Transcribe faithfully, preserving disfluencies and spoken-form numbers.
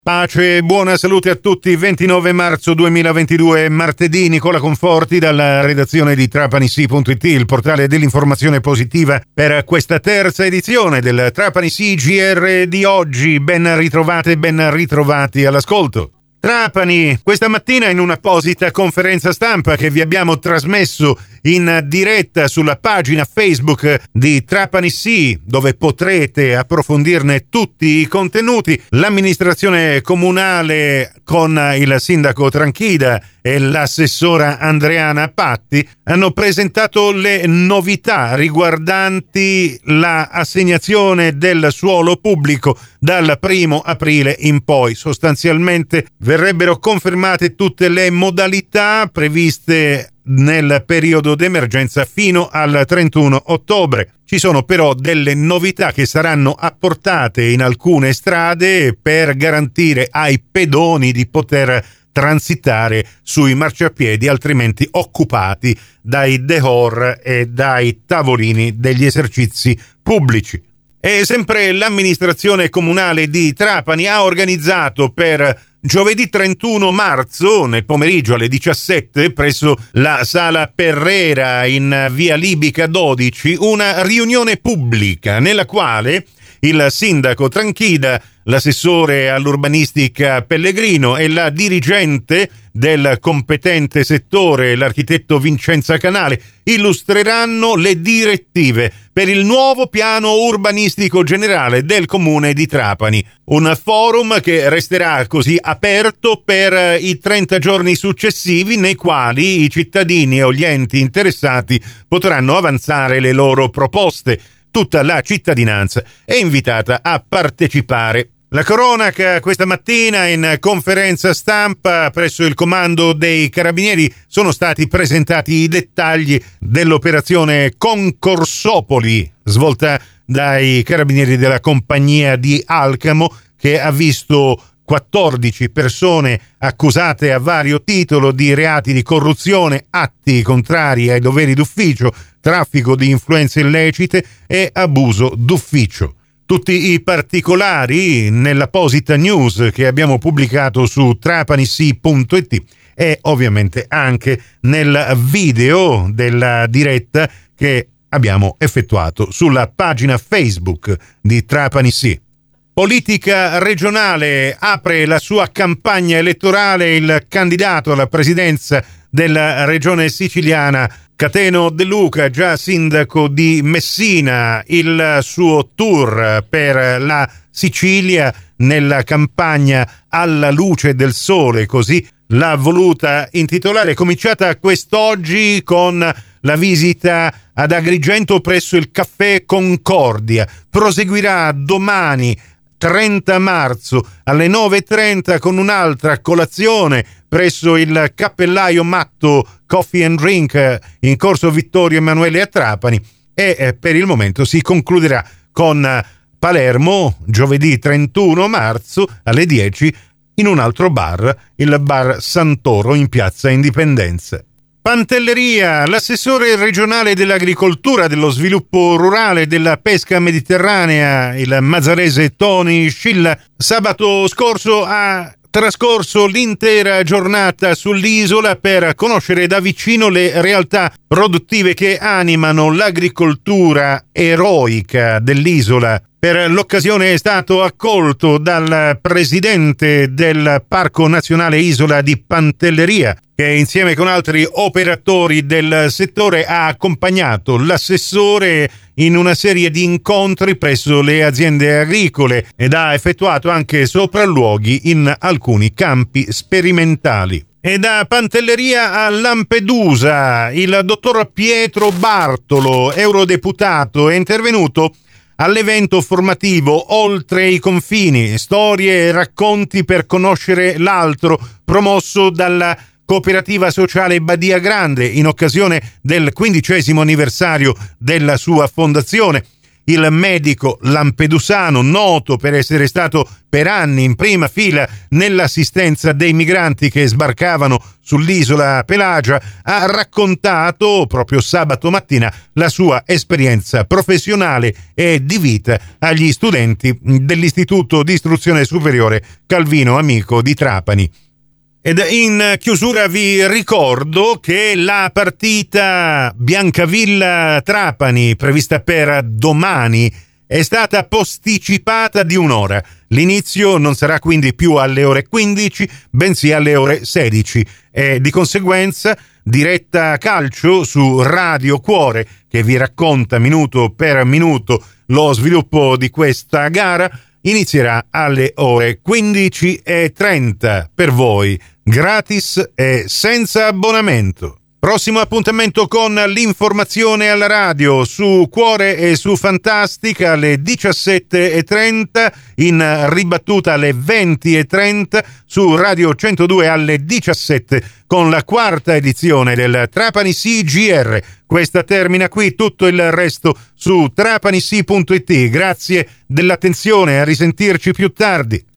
Pace e buona salute a tutti. ventinove marzo duemilaventidue, martedì. Nicola Conforti dalla redazione di Trapani Sì punto it, il portale dell'informazione positiva, per questa terza edizione del Trapani Sì G R di oggi. Ben ritrovate e ben ritrovati all'ascolto. Trapani, questa mattina in un'apposita conferenza stampa che vi abbiamo trasmesso in diretta sulla pagina Facebook di Trapani Sì, dove potrete approfondirne tutti i contenuti, l'amministrazione comunale con il sindaco Tranchida e l'assessora Andreana Patti hanno presentato le novità riguardanti la assegnazione del suolo pubblico dal primo aprile in poi. Sostanzialmente verrebbero confermate tutte le modalità previste nel periodo d'emergenza fino al trentuno ottobre. Ci sono però delle novità che saranno apportate in alcune strade per garantire ai pedoni di poter transitare sui marciapiedi altrimenti occupati dai decor e dai tavolini degli esercizi pubblici. E sempre l'amministrazione comunale di Trapani ha organizzato per giovedì trentuno marzo, nel pomeriggio alle diciassette, presso la Sala Perrera in via Libica dodici, una riunione pubblica nella quale il sindaco Tranchida, l'assessore all'urbanistica Pellegrino e la dirigente del competente settore, l'architetto Vincenza Canale, illustreranno le direttive per il nuovo piano urbanistico generale del comune di Trapani. Un forum che resterà così aperto per i trenta giorni successivi, nei quali i cittadini o gli enti interessati potranno avanzare le loro proposte. Tutta la cittadinanza è invitata a partecipare. La cronaca questa mattina in conferenza stampa presso il comando dei Carabinieri sono stati presentati i dettagli dell'operazione Concorsopoli svolta dai Carabinieri della compagnia di Alcamo, che ha visto quattordici persone accusate a vario titolo di reati di corruzione, atti contrari ai doveri d'ufficio, traffico di influenze illecite e abuso d'ufficio. Tutti i particolari nell'apposita news che abbiamo pubblicato su Trapani Sì punto it e ovviamente anche nel video della diretta che abbiamo effettuato sulla pagina Facebook di Trapani Sì. Politica regionale, apre la sua campagna elettorale il candidato alla presidenza della regione siciliana Cateno De Luca, già sindaco di Messina. Il suo tour per la Sicilia nella campagna Alla luce del sole, così l'ha voluta intitolare, è cominciata quest'oggi con la visita ad Agrigento presso il caffè Concordia, proseguirà domani trenta marzo alle nove e trenta con un'altra colazione presso il Cappellaio Matto Coffee and Drink in corso Vittorio Emanuele a Trapani, e eh, per il momento si concluderà con Palermo giovedì trentuno marzo alle dieci in un altro bar, il bar Santoro in piazza Indipendenza. Pantelleria, l'assessore regionale dell'agricoltura, dello sviluppo rurale e della pesca mediterranea, il mazzarese Tony Scilla, sabato scorso ha trascorso l'intera giornata sull'isola per conoscere da vicino le realtà produttive che animano l'agricoltura eroica dell'isola. Per l'occasione è stato accolto dal presidente del Parco Nazionale Isola di Pantelleria, che insieme con altri operatori del settore ha accompagnato l'assessore in una serie di incontri presso le aziende agricole ed ha effettuato anche sopralluoghi in alcuni campi sperimentali. E da Pantelleria a Lampedusa, il dottor Pietro Bartolo, eurodeputato, è intervenuto all'evento formativo Oltre i confini, storie e racconti per conoscere l'altro, promosso dalla Cooperativa Sociale Badia Grande in occasione del quindicesimo anniversario della sua fondazione. il medico lampedusano, noto per essere stato per anni in prima fila nell'assistenza dei migranti che sbarcavano sull'isola Pelagia, ha raccontato proprio sabato mattina la sua esperienza professionale e di vita agli studenti dell'Istituto di Istruzione Superiore Calvino Amico di Trapani. Ed in chiusura vi ricordo che la partita Biancavilla-Trapani, prevista per domani, è stata posticipata di un'ora. L'inizio non sarà quindi più alle ore quindici, bensì alle ore sedici. E di conseguenza diretta calcio su Radio Cuore, che vi racconta minuto per minuto lo sviluppo di questa gara, inizierà alle ore quindici e trenta per voi, gratis e senza abbonamento. Prossimo appuntamento con l'informazione alla radio su Cuore e su Fantastica alle diciassette e trenta, in ribattuta alle venti e trenta su Radio centodue alle diciassette con la quarta edizione del Trapani C G R. Questa termina qui, tutto il resto su trapanisi punto it. Grazie dell'attenzione, a risentirci più tardi.